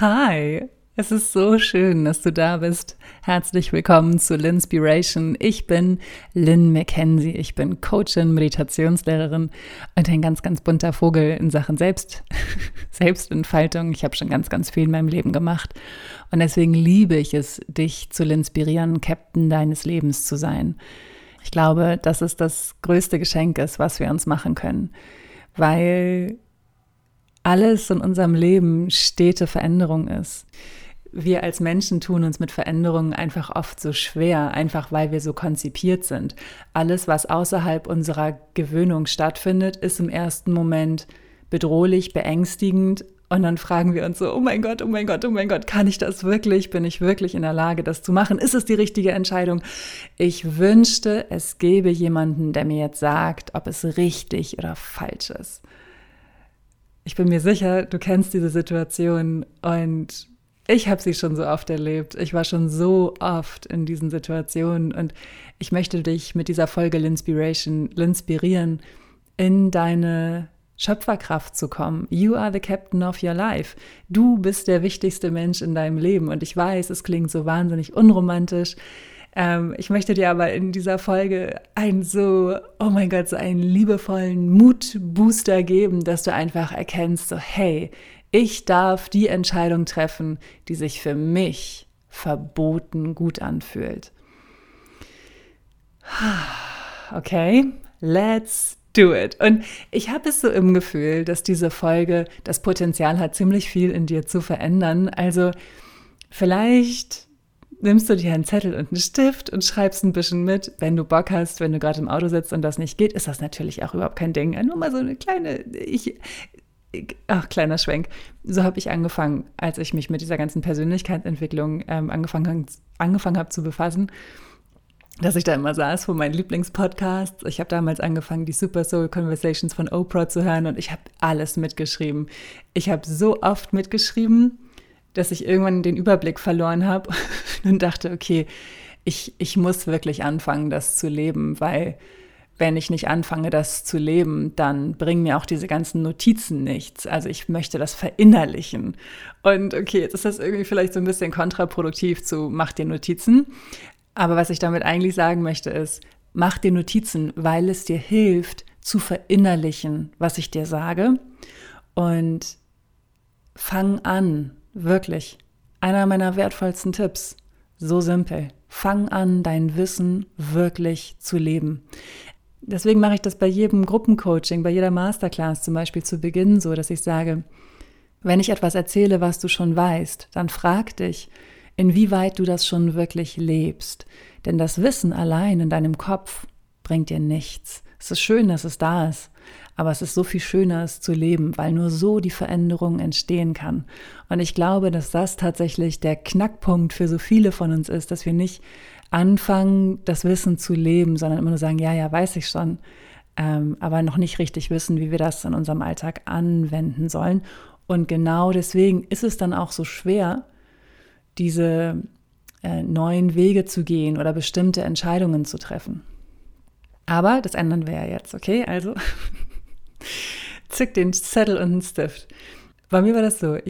Hi, es ist so schön, dass du da bist. Herzlich willkommen zu Linspiration. Ich bin Lynn McKenzie. Ich bin Coachin, Meditationslehrerin und ein ganz, ganz bunter Vogel in Sachen Selbstentfaltung. Ich habe schon ganz, ganz viel in meinem Leben gemacht und deswegen liebe ich es, dich zu inspirieren, Captain deines Lebens zu sein. Ich glaube, dass es das größte Geschenk ist, was wir uns machen können, weil alles in unserem Leben stete Veränderung ist. Wir als Menschen tun uns mit Veränderungen einfach oft so schwer, einfach weil wir so konzipiert sind. Alles, was außerhalb unserer Gewöhnung stattfindet, ist im ersten Moment bedrohlich, beängstigend und dann fragen wir uns so, oh mein Gott, kann ich das wirklich? Bin ich wirklich in der Lage, das zu machen? Ist es die richtige Entscheidung? Ich wünschte, es gäbe jemanden, der mir jetzt sagt, ob es richtig oder falsch ist. Ich bin mir sicher, du kennst diese Situation und ich habe sie schon so oft erlebt. Ich war schon so oft in diesen Situationen und ich möchte dich mit dieser Folge Linspirieren, in deine Schöpferkraft zu kommen. You are the captain of your life. Du bist der wichtigste Mensch in deinem Leben und ich weiß, es klingt so wahnsinnig unromantisch. Ich möchte dir aber in dieser Folge so einen liebevollen Mutbooster geben, dass du einfach erkennst, so hey, ich darf die Entscheidung treffen, die sich für mich verboten gut anfühlt. Okay, let's do it. Und ich habe es so im Gefühl, dass diese Folge das Potenzial hat, ziemlich viel in dir zu verändern. Also vielleicht nimmst du dir einen Zettel und einen Stift und schreibst ein bisschen mit. Wenn du Bock hast, wenn du gerade im Auto sitzt und das nicht geht, ist das natürlich auch überhaupt kein Ding. Nur mal so eine kleiner Schwenk. So habe ich angefangen, als ich mich mit dieser ganzen Persönlichkeitsentwicklung angefangen habe zu befassen, dass ich da immer saß vor meinen Lieblingspodcasts. Ich habe damals angefangen, die Super Soul Conversations von Oprah zu hören und ich habe alles mitgeschrieben. Ich habe so oft mitgeschrieben, dass ich irgendwann den Überblick verloren habe und dachte, okay, ich muss wirklich anfangen, das zu leben, weil wenn ich nicht anfange, das zu leben, dann bringen mir auch diese ganzen Notizen nichts. Also ich möchte das verinnerlichen. Und okay, jetzt ist das irgendwie vielleicht so ein bisschen kontraproduktiv zu mach dir Notizen. Aber was ich damit eigentlich sagen möchte ist, mach dir Notizen, weil es dir hilft, zu verinnerlichen, was ich dir sage. Und fang an, wirklich, einer meiner wertvollsten Tipps, so simpel. Fang an, dein Wissen wirklich zu leben. Deswegen mache ich das bei jedem Gruppencoaching, bei jeder Masterclass zum Beispiel zu Beginn so, dass ich sage, wenn ich etwas erzähle, was du schon weißt, dann frag dich, inwieweit du das schon wirklich lebst. Denn das Wissen allein in deinem Kopf bringt dir nichts. Es ist schön, dass es da ist, aber es ist so viel schöner, es zu leben, weil nur so die Veränderung entstehen kann. Und ich glaube, dass das tatsächlich der Knackpunkt für so viele von uns ist, dass wir nicht anfangen, das Wissen zu leben, sondern immer nur sagen, ja, weiß ich schon, aber noch nicht richtig wissen, wie wir das in unserem Alltag anwenden sollen. Und genau deswegen ist es dann auch so schwer, diese neuen Wege zu gehen oder bestimmte Entscheidungen zu treffen. Aber das ändern wir ja jetzt, okay? Also zück den Zettel und den Stift. Bei mir war das so,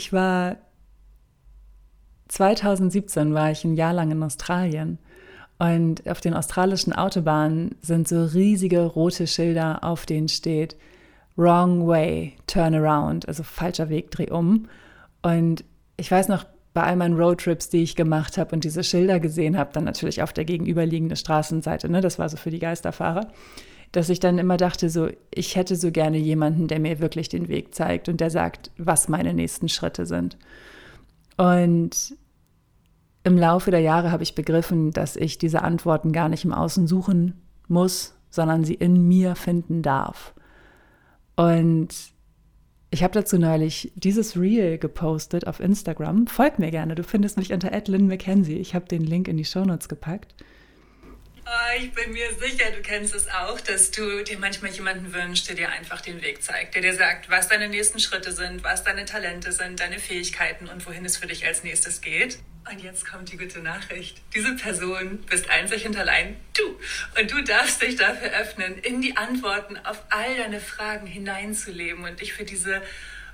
2017 war ich ein Jahr lang in Australien und auf den australischen Autobahnen sind so riesige rote Schilder, auf denen steht Wrong way, turn around, also falscher Weg, dreh um. Und ich weiß noch, bei all meinen Roadtrips, die ich gemacht habe und diese Schilder gesehen habe, dann natürlich auf der gegenüberliegenden Straßenseite, das war so für die Geisterfahrer, dass ich dann immer dachte, so, ich hätte so gerne jemanden, der mir wirklich den Weg zeigt und der sagt, was meine nächsten Schritte sind. Und im Laufe der Jahre habe ich begriffen, dass ich diese Antworten gar nicht im Außen suchen muss, sondern sie in mir finden darf. Und ich habe dazu neulich dieses Reel gepostet auf Instagram. Folg mir gerne, du findest mich unter @LynnMcKenzie. Ich habe den Link in die Shownotes gepackt. Oh, ich bin mir sicher, du kennst es auch, dass du dir manchmal jemanden wünschst, der dir einfach den Weg zeigt, der dir sagt, was deine nächsten Schritte sind, was deine Talente sind, deine Fähigkeiten und wohin es für dich als nächstes geht. Und jetzt kommt die gute Nachricht. Diese Person bist einzig und allein du. Und du darfst dich dafür öffnen, in die Antworten auf all deine Fragen hineinzuleben und dich für diese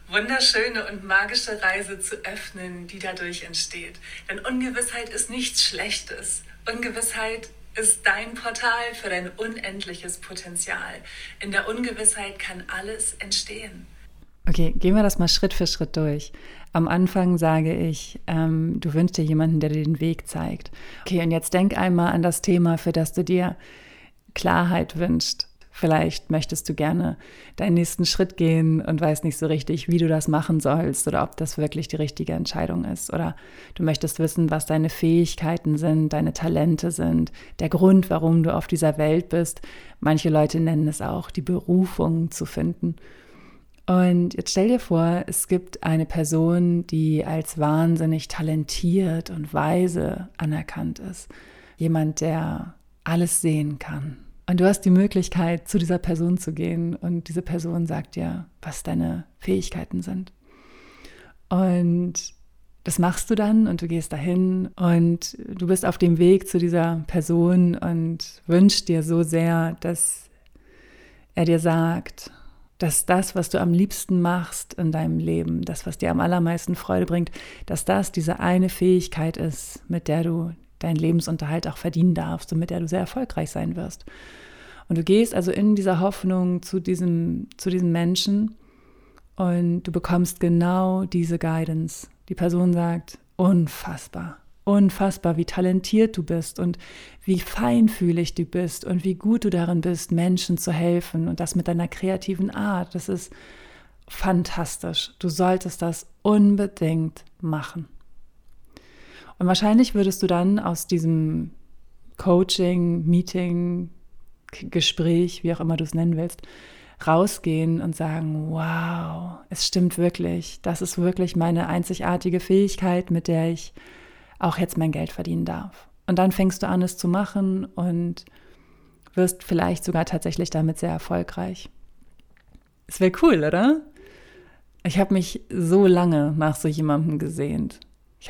wunderschöne und magische Reise zu öffnen, die dadurch entsteht. Denn Ungewissheit ist nichts Schlechtes. Ungewissheit ist dein Portal für dein unendliches Potenzial. In der Ungewissheit kann alles entstehen. Okay, gehen wir das mal Schritt für Schritt durch. Am Anfang sage ich, du wünschst dir jemanden, der dir den Weg zeigt. Okay, und jetzt denk einmal an das Thema, für das du dir Klarheit wünschst. Vielleicht möchtest du gerne deinen nächsten Schritt gehen und weißt nicht so richtig, wie du das machen sollst oder ob das wirklich die richtige Entscheidung ist. Oder du möchtest wissen, was deine Fähigkeiten sind, deine Talente sind, der Grund, warum du auf dieser Welt bist. Manche Leute nennen es auch, die Berufung zu finden. Und jetzt stell dir vor, es gibt eine Person, die als wahnsinnig talentiert und weise anerkannt ist. Jemand, der alles sehen kann. Und du hast die Möglichkeit, zu dieser Person zu gehen und diese Person sagt dir, was deine Fähigkeiten sind. Und das machst du dann und du gehst dahin und du bist auf dem Weg zu dieser Person und wünschst dir so sehr, dass er dir sagt, dass das, was du am liebsten machst in deinem Leben, das, was dir am allermeisten Freude bringt, dass das diese eine Fähigkeit ist, mit der du deinen Lebensunterhalt auch verdienen darfst und mit der du sehr erfolgreich sein wirst. Und du gehst also in dieser Hoffnung zu diesem Menschen und du bekommst genau diese Guidance. Die Person sagt, unfassbar, wie talentiert du bist und wie feinfühlig du bist und wie gut du darin bist, Menschen zu helfen und das mit deiner kreativen Art. Das ist fantastisch. Du solltest das unbedingt machen. Und wahrscheinlich würdest du dann aus diesem Coaching, Meeting, Gespräch, wie auch immer du es nennen willst, rausgehen und sagen, wow, es stimmt wirklich. Das ist wirklich meine einzigartige Fähigkeit, mit der ich auch jetzt mein Geld verdienen darf. Und dann fängst du an, es zu machen und wirst vielleicht sogar tatsächlich damit sehr erfolgreich. Es wäre cool, oder? Ich habe mich so lange nach so jemandem gesehnt.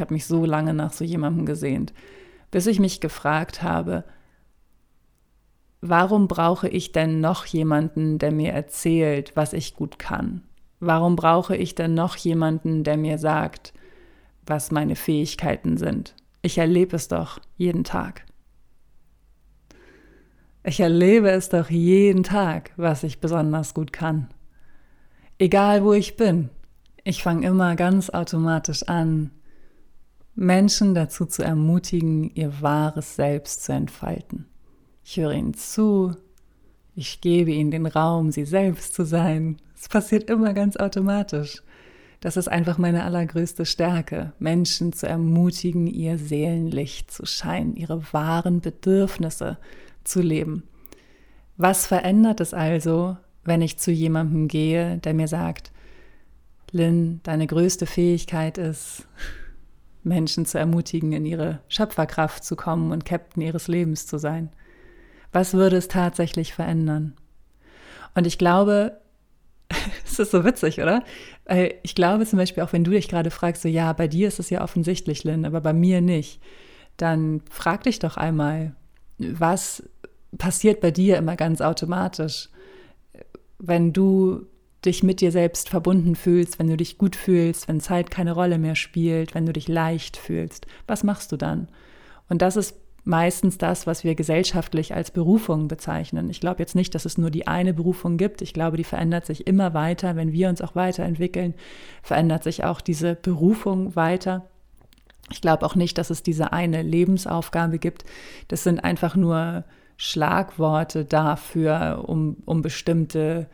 Bis ich mich gefragt habe, warum brauche ich denn noch jemanden, der mir erzählt, was ich gut kann? Warum brauche ich denn noch jemanden, der mir sagt, was meine Fähigkeiten sind? Ich erlebe es doch jeden Tag. Ich erlebe es doch jeden Tag, was ich besonders gut kann. Egal wo ich bin, ich fange immer ganz automatisch an, Menschen dazu zu ermutigen, ihr wahres Selbst zu entfalten. Ich höre ihnen zu, ich gebe ihnen den Raum, sie selbst zu sein. Es passiert immer ganz automatisch. Das ist einfach meine allergrößte Stärke, Menschen zu ermutigen, ihr Seelenlicht zu scheinen, ihre wahren Bedürfnisse zu leben. Was verändert es also, wenn ich zu jemandem gehe, der mir sagt, Lynn, deine größte Fähigkeit ist, Menschen zu ermutigen, in ihre Schöpferkraft zu kommen und Captain ihres Lebens zu sein? Was würde es tatsächlich verändern? Und ich glaube, es ist so witzig, oder? Weil ich glaube zum Beispiel auch, wenn du dich gerade fragst, so ja, bei dir ist es ja offensichtlich, Lynn, aber bei mir nicht, dann frag dich doch einmal, was passiert bei dir immer ganz automatisch, wenn du dich mit dir selbst verbunden fühlst, wenn du dich gut fühlst, wenn Zeit keine Rolle mehr spielt, wenn du dich leicht fühlst. Was machst du dann? Und das ist meistens das, was wir gesellschaftlich als Berufung bezeichnen. Ich glaube jetzt nicht, dass es nur die eine Berufung gibt. Ich glaube, die verändert sich immer weiter. Wenn wir uns auch weiterentwickeln, verändert sich auch diese Berufung weiter. Ich glaube auch nicht, dass es diese eine Lebensaufgabe gibt. Das sind einfach nur Schlagworte dafür, um bestimmte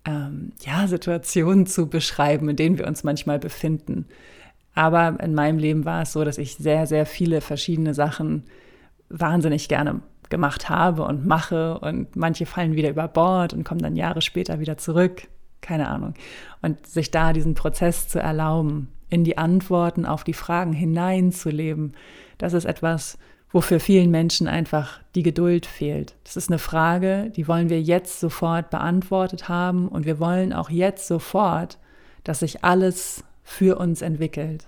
Situationen zu beschreiben, in denen wir uns manchmal befinden. Aber in meinem Leben war es so, dass ich sehr, sehr viele verschiedene Sachen wahnsinnig gerne gemacht habe und mache und manche fallen wieder über Bord und kommen dann Jahre später wieder zurück, keine Ahnung. Und sich da diesen Prozess zu erlauben, in die Antworten auf die Fragen hineinzuleben, das ist etwas, wofür vielen Menschen einfach die Geduld fehlt. Das ist eine Frage, die wollen wir jetzt sofort beantwortet haben und wir wollen auch jetzt sofort, dass sich alles für uns entwickelt.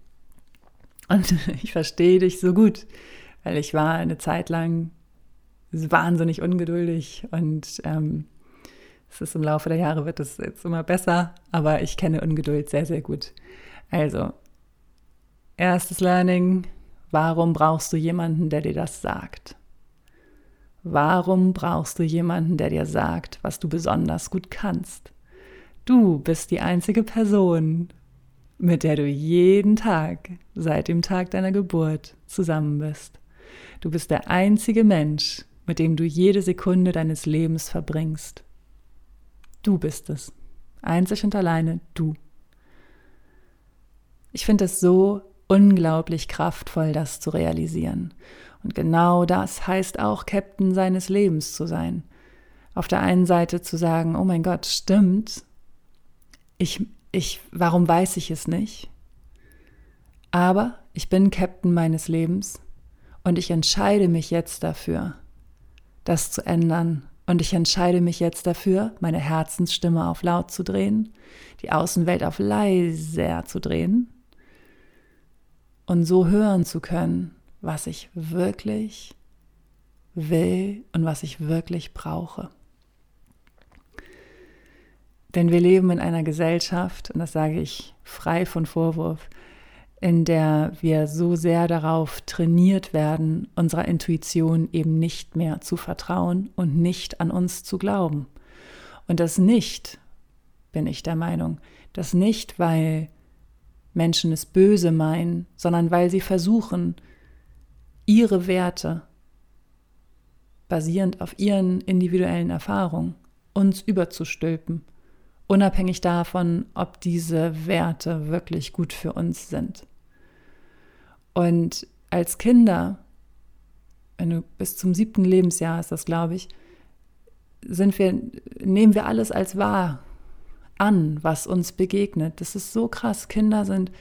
Und ich verstehe dich so gut, weil ich war eine Zeit lang wahnsinnig ungeduldig und Es ist im Laufe der Jahre, wird es jetzt immer besser, aber ich kenne Ungeduld sehr, sehr gut. Also, erstes Learning: Warum brauchst du jemanden, der dir das sagt? Warum brauchst du jemanden, der dir sagt, was du besonders gut kannst? Du bist die einzige Person, mit der du jeden Tag, seit dem Tag deiner Geburt, zusammen bist. Du bist der einzige Mensch, mit dem du jede Sekunde deines Lebens verbringst. Du bist es. Einzig und alleine du. Ich finde es so unglaublich kraftvoll, das zu realisieren. Und genau das heißt auch, Captain seines Lebens zu sein. Auf der einen Seite zu sagen, oh mein Gott, stimmt, warum weiß ich es nicht? Aber ich bin Captain meines Lebens und ich entscheide mich jetzt dafür, das zu ändern. Und ich entscheide mich jetzt dafür, meine Herzensstimme auf laut zu drehen, die Außenwelt auf leiser zu drehen und so hören zu können, was ich wirklich will und was ich wirklich brauche. Denn wir leben in einer Gesellschaft, und das sage ich frei von Vorwurf, in der wir so sehr darauf trainiert werden, unserer Intuition eben nicht mehr zu vertrauen und nicht an uns zu glauben. Und das nicht, bin ich der Meinung, das nicht, weil Menschen es böse meinen, sondern weil sie versuchen, ihre Werte, basierend auf ihren individuellen Erfahrungen, uns überzustülpen, unabhängig davon, ob diese Werte wirklich gut für uns sind. Und als Kinder, wenn du bis zum 7. Lebensjahr ist das, glaube ich, nehmen wir alles als wahr an, was uns begegnet. Das ist so krass. Kinder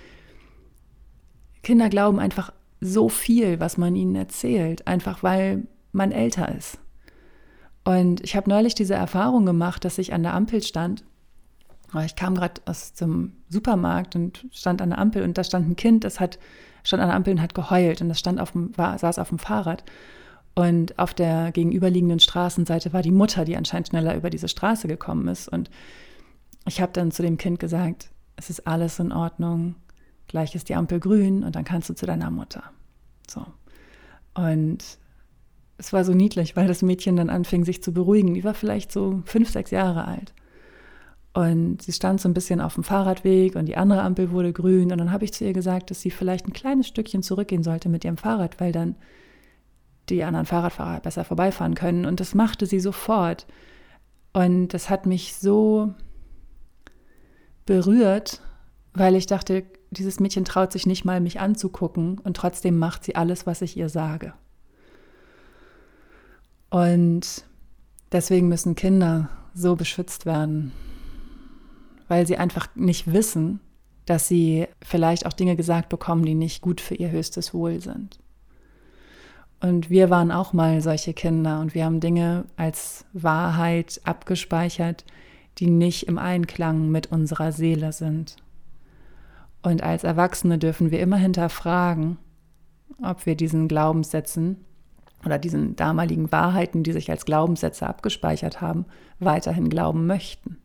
glauben einfach so viel, was man ihnen erzählt, einfach weil man älter ist. Und ich habe neulich diese Erfahrung gemacht, dass ich an der Ampel stand. Ich kam gerade aus dem Supermarkt und stand an der Ampel und da stand ein Kind, stand an der Ampel und hat geheult und das saß auf dem Fahrrad. Und auf der gegenüberliegenden Straßenseite war die Mutter, die anscheinend schneller über diese Straße gekommen ist. Und ich habe dann zu dem Kind gesagt, es ist alles in Ordnung, gleich ist die Ampel grün und dann kannst du zu deiner Mutter. So. Und es war so niedlich, weil das Mädchen dann anfing, sich zu beruhigen. Die war vielleicht so 5, 6 Jahre alt. Und sie stand so ein bisschen auf dem Fahrradweg und die andere Ampel wurde grün. Und dann habe ich zu ihr gesagt, dass sie vielleicht ein kleines Stückchen zurückgehen sollte mit ihrem Fahrrad, weil dann die anderen Fahrradfahrer besser vorbeifahren können. Und das machte sie sofort. Und das hat mich so berührt, weil ich dachte, dieses Mädchen traut sich nicht mal, mich anzugucken und trotzdem macht sie alles, was ich ihr sage. Und deswegen müssen Kinder so beschützt werden, weil sie einfach nicht wissen, dass sie vielleicht auch Dinge gesagt bekommen, die nicht gut für ihr höchstes Wohl sind. Und wir waren auch mal solche Kinder und wir haben Dinge als Wahrheit abgespeichert, die nicht im Einklang mit unserer Seele sind. Und als Erwachsene dürfen wir immer hinterfragen, ob wir diesen Glaubenssätzen oder diesen damaligen Wahrheiten, die sich als Glaubenssätze abgespeichert haben, weiterhin glauben möchten.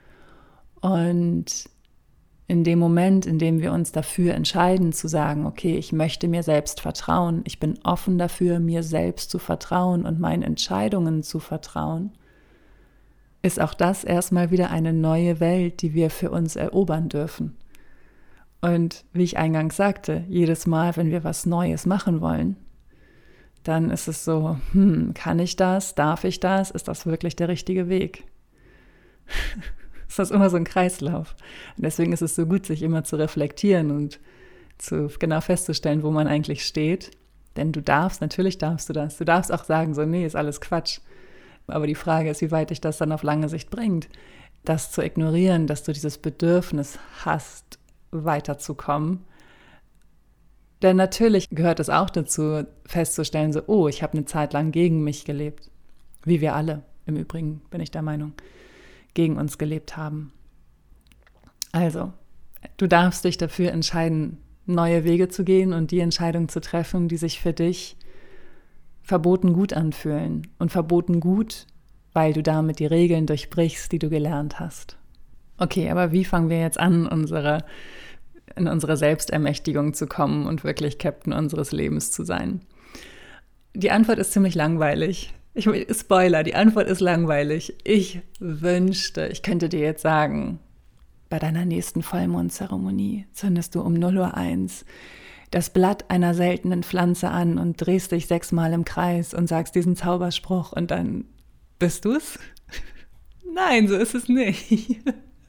Und in dem Moment, in dem wir uns dafür entscheiden, zu sagen, okay, ich möchte mir selbst vertrauen, ich bin offen dafür, mir selbst zu vertrauen und meinen Entscheidungen zu vertrauen, ist auch das erstmal wieder eine neue Welt, die wir für uns erobern dürfen. Und wie ich eingangs sagte, jedes Mal, wenn wir was Neues machen wollen, dann ist es so, kann ich das, darf ich das, ist das wirklich der richtige Weg? Das ist immer so ein Kreislauf. Und deswegen ist es so gut, sich immer zu reflektieren und genau festzustellen, wo man eigentlich steht. Denn natürlich darfst du das. Du darfst auch sagen, so, nee, ist alles Quatsch. Aber die Frage ist, wie weit dich das dann auf lange Sicht bringt, das zu ignorieren, dass du dieses Bedürfnis hast, weiterzukommen. Denn natürlich gehört es auch dazu, festzustellen, so, oh, ich habe eine Zeit lang gegen mich gelebt. Wie wir alle, im Übrigen, bin ich der Meinung, gegen uns gelebt haben. Also, du darfst dich dafür entscheiden, neue Wege zu gehen und die Entscheidung zu treffen, die sich für dich verboten gut anfühlen. Und verboten gut weil du damit die Regeln durchbrichst, die du gelernt hast. Okay, aber wie fangen wir jetzt an, in unsere Selbstermächtigung zu kommen und wirklich Captain unseres Lebens zu sein? Die Antwort ist ziemlich langweilig. Spoiler, die Antwort ist langweilig. Ich wünschte, ich könnte dir jetzt sagen, bei deiner nächsten Vollmondzeremonie zündest du um 0:01 Uhr das Blatt einer seltenen Pflanze an und drehst dich 6-mal im Kreis und sagst diesen Zauberspruch und dann bist du's? Nein, so ist es nicht.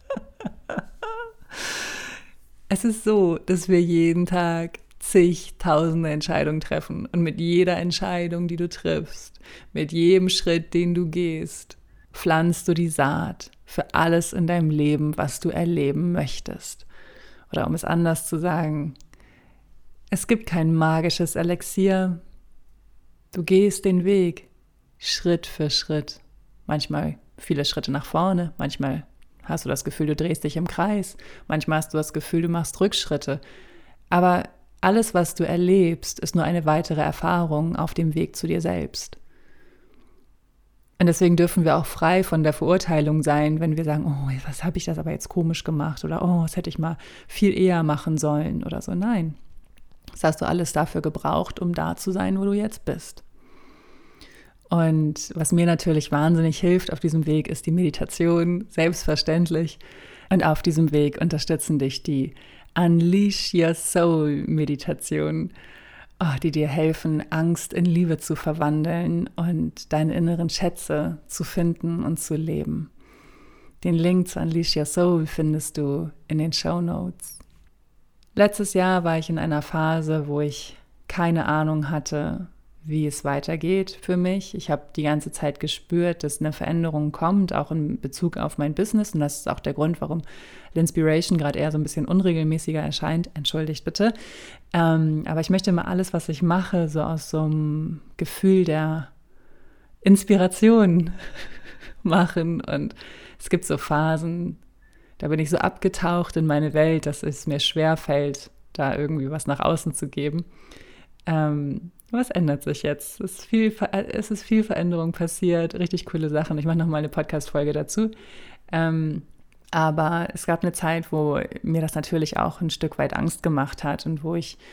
Es ist so, dass wir jeden Tag zigtausende Entscheidungen treffen und mit jeder Entscheidung, die du triffst, mit jedem Schritt, den du gehst, pflanzt du die Saat für alles in deinem Leben, was du erleben möchtest. Oder um es anders zu sagen, es gibt kein magisches Elixier. Du gehst den Weg Schritt für Schritt. Manchmal viele Schritte nach vorne, manchmal hast du das Gefühl, du drehst dich im Kreis, manchmal hast du das Gefühl, du machst Rückschritte. Aber alles, was du erlebst, ist nur eine weitere Erfahrung auf dem Weg zu dir selbst. Und deswegen dürfen wir auch frei von der Verurteilung sein, wenn wir sagen, oh, was habe ich das aber jetzt komisch gemacht oder oh, das hätte ich mal viel eher machen sollen oder so. Nein, das hast du alles dafür gebraucht, um da zu sein, wo du jetzt bist. Und was mir natürlich wahnsinnig hilft auf diesem Weg, ist die Meditation, selbstverständlich. Und auf diesem Weg unterstützen dich die Unleash Your Soul Meditation, die dir helfen, Angst in Liebe zu verwandeln und deine inneren Schätze zu finden und zu leben. Den Link zu Unleash Your Soul findest du in den Shownotes. Letztes Jahr war ich in einer Phase, wo ich keine Ahnung hatte, wie es weitergeht für mich. Ich habe die ganze Zeit gespürt, dass eine Veränderung kommt, auch in Bezug auf mein Business. Und das ist auch der Grund, warum L'Inspiration gerade eher so ein bisschen unregelmäßiger erscheint. Entschuldigt bitte. Aber ich möchte mal alles, was ich mache, so aus so einem Gefühl der Inspiration machen. Und es gibt so Phasen, da bin ich so abgetaucht in meine Welt, dass es mir schwerfällt, da irgendwie was nach außen zu geben. Was ändert sich jetzt? Es ist viel Veränderung passiert, richtig coole Sachen. Ich mache nochmal eine Podcast-Folge dazu. Aber es gab eine Zeit, wo mir das natürlich auch ein Stück weit Angst gemacht hat und wo ich,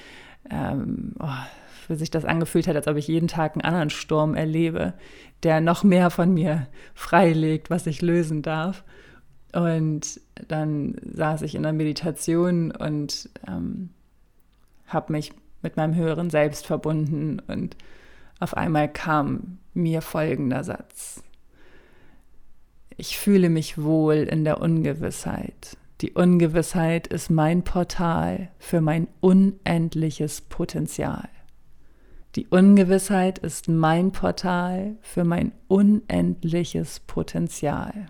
wo sich das angefühlt hat, als ob ich jeden Tag einen anderen Sturm erlebe, der noch mehr von mir freilegt, was ich lösen darf. Und dann saß ich in der Meditation und habe mich mit meinem höheren Selbst verbunden und auf einmal kam mir folgender Satz. Ich fühle mich wohl in der Ungewissheit. Die Ungewissheit ist mein Portal für mein unendliches Potenzial. Die Ungewissheit ist mein Portal für mein unendliches Potenzial.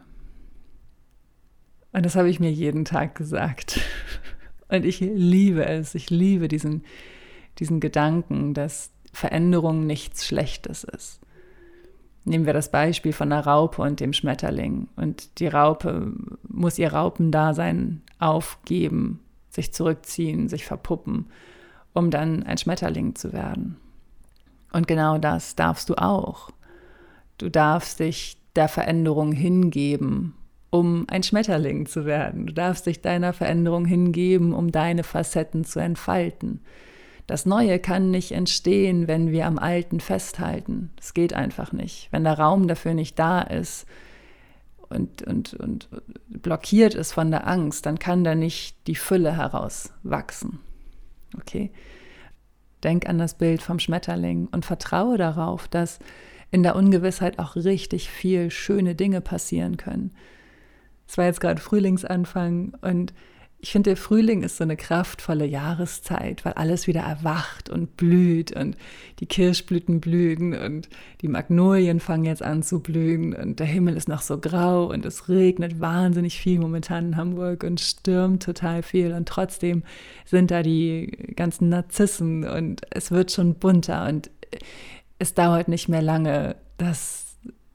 Und das habe ich mir jeden Tag gesagt. Und ich liebe es. Ich liebe diesen Gedanken, dass Veränderung nichts Schlechtes ist. Nehmen wir das Beispiel von der Raupe und dem Schmetterling. Und die Raupe muss ihr Raupendasein aufgeben, sich zurückziehen, sich verpuppen, um dann ein Schmetterling zu werden. Und genau das darfst du auch. Du darfst dich der Veränderung hingeben, um ein Schmetterling zu werden. Du darfst dich deiner Veränderung hingeben, um deine Facetten zu entfalten. Das Neue kann nicht entstehen, wenn wir am Alten festhalten. Es geht einfach nicht. Wenn der Raum dafür nicht da ist und blockiert ist von der Angst, dann kann da nicht die Fülle herauswachsen. Okay? Denk an das Bild vom Schmetterling und vertraue darauf, dass in der Ungewissheit auch richtig viel schöne Dinge passieren können. Es war jetzt gerade Frühlingsanfang und ich finde, der Frühling ist so eine kraftvolle Jahreszeit, weil alles wieder erwacht und blüht und die Kirschblüten blühen und die Magnolien fangen jetzt an zu blühen und der Himmel ist noch so grau und es regnet wahnsinnig viel momentan in Hamburg und stürmt total viel und trotzdem sind da die ganzen Narzissen und es wird schon bunter und es dauert nicht mehr lange, dass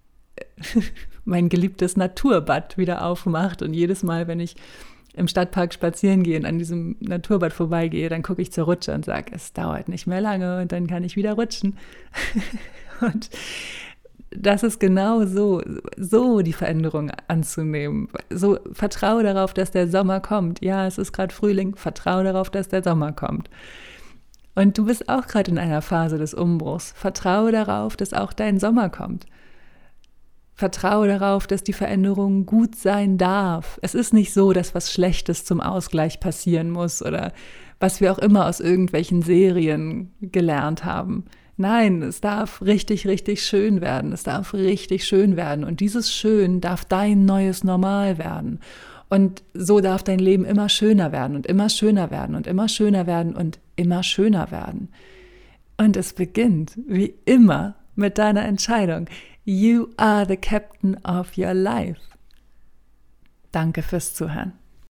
mein geliebtes Naturbad wieder aufmacht und jedes Mal, wenn ich im Stadtpark spazieren gehe und an diesem Naturbad vorbeigehe, dann gucke ich zur Rutsche und sage, es dauert nicht mehr lange und dann kann ich wieder rutschen. Und das ist genau so die Veränderung anzunehmen. So, vertraue darauf, dass der Sommer kommt. Ja, es ist gerade Frühling, vertraue darauf, dass der Sommer kommt. Und du bist auch gerade in einer Phase des Umbruchs. Vertraue darauf, dass auch dein Sommer kommt. Vertraue darauf, dass die Veränderung gut sein darf. Es ist nicht so, dass was Schlechtes zum Ausgleich passieren muss oder was wir auch immer aus irgendwelchen Serien gelernt haben. Nein, es darf richtig, richtig schön werden. Es darf richtig schön werden. Und dieses Schön darf dein neues Normal werden. Und so darf dein Leben immer schöner werden und immer schöner werden und immer schöner werden und immer schöner werden. Und es beginnt, wie immer, mit deiner Entscheidung. You are the captain of your life. Danke fürs Zuhören.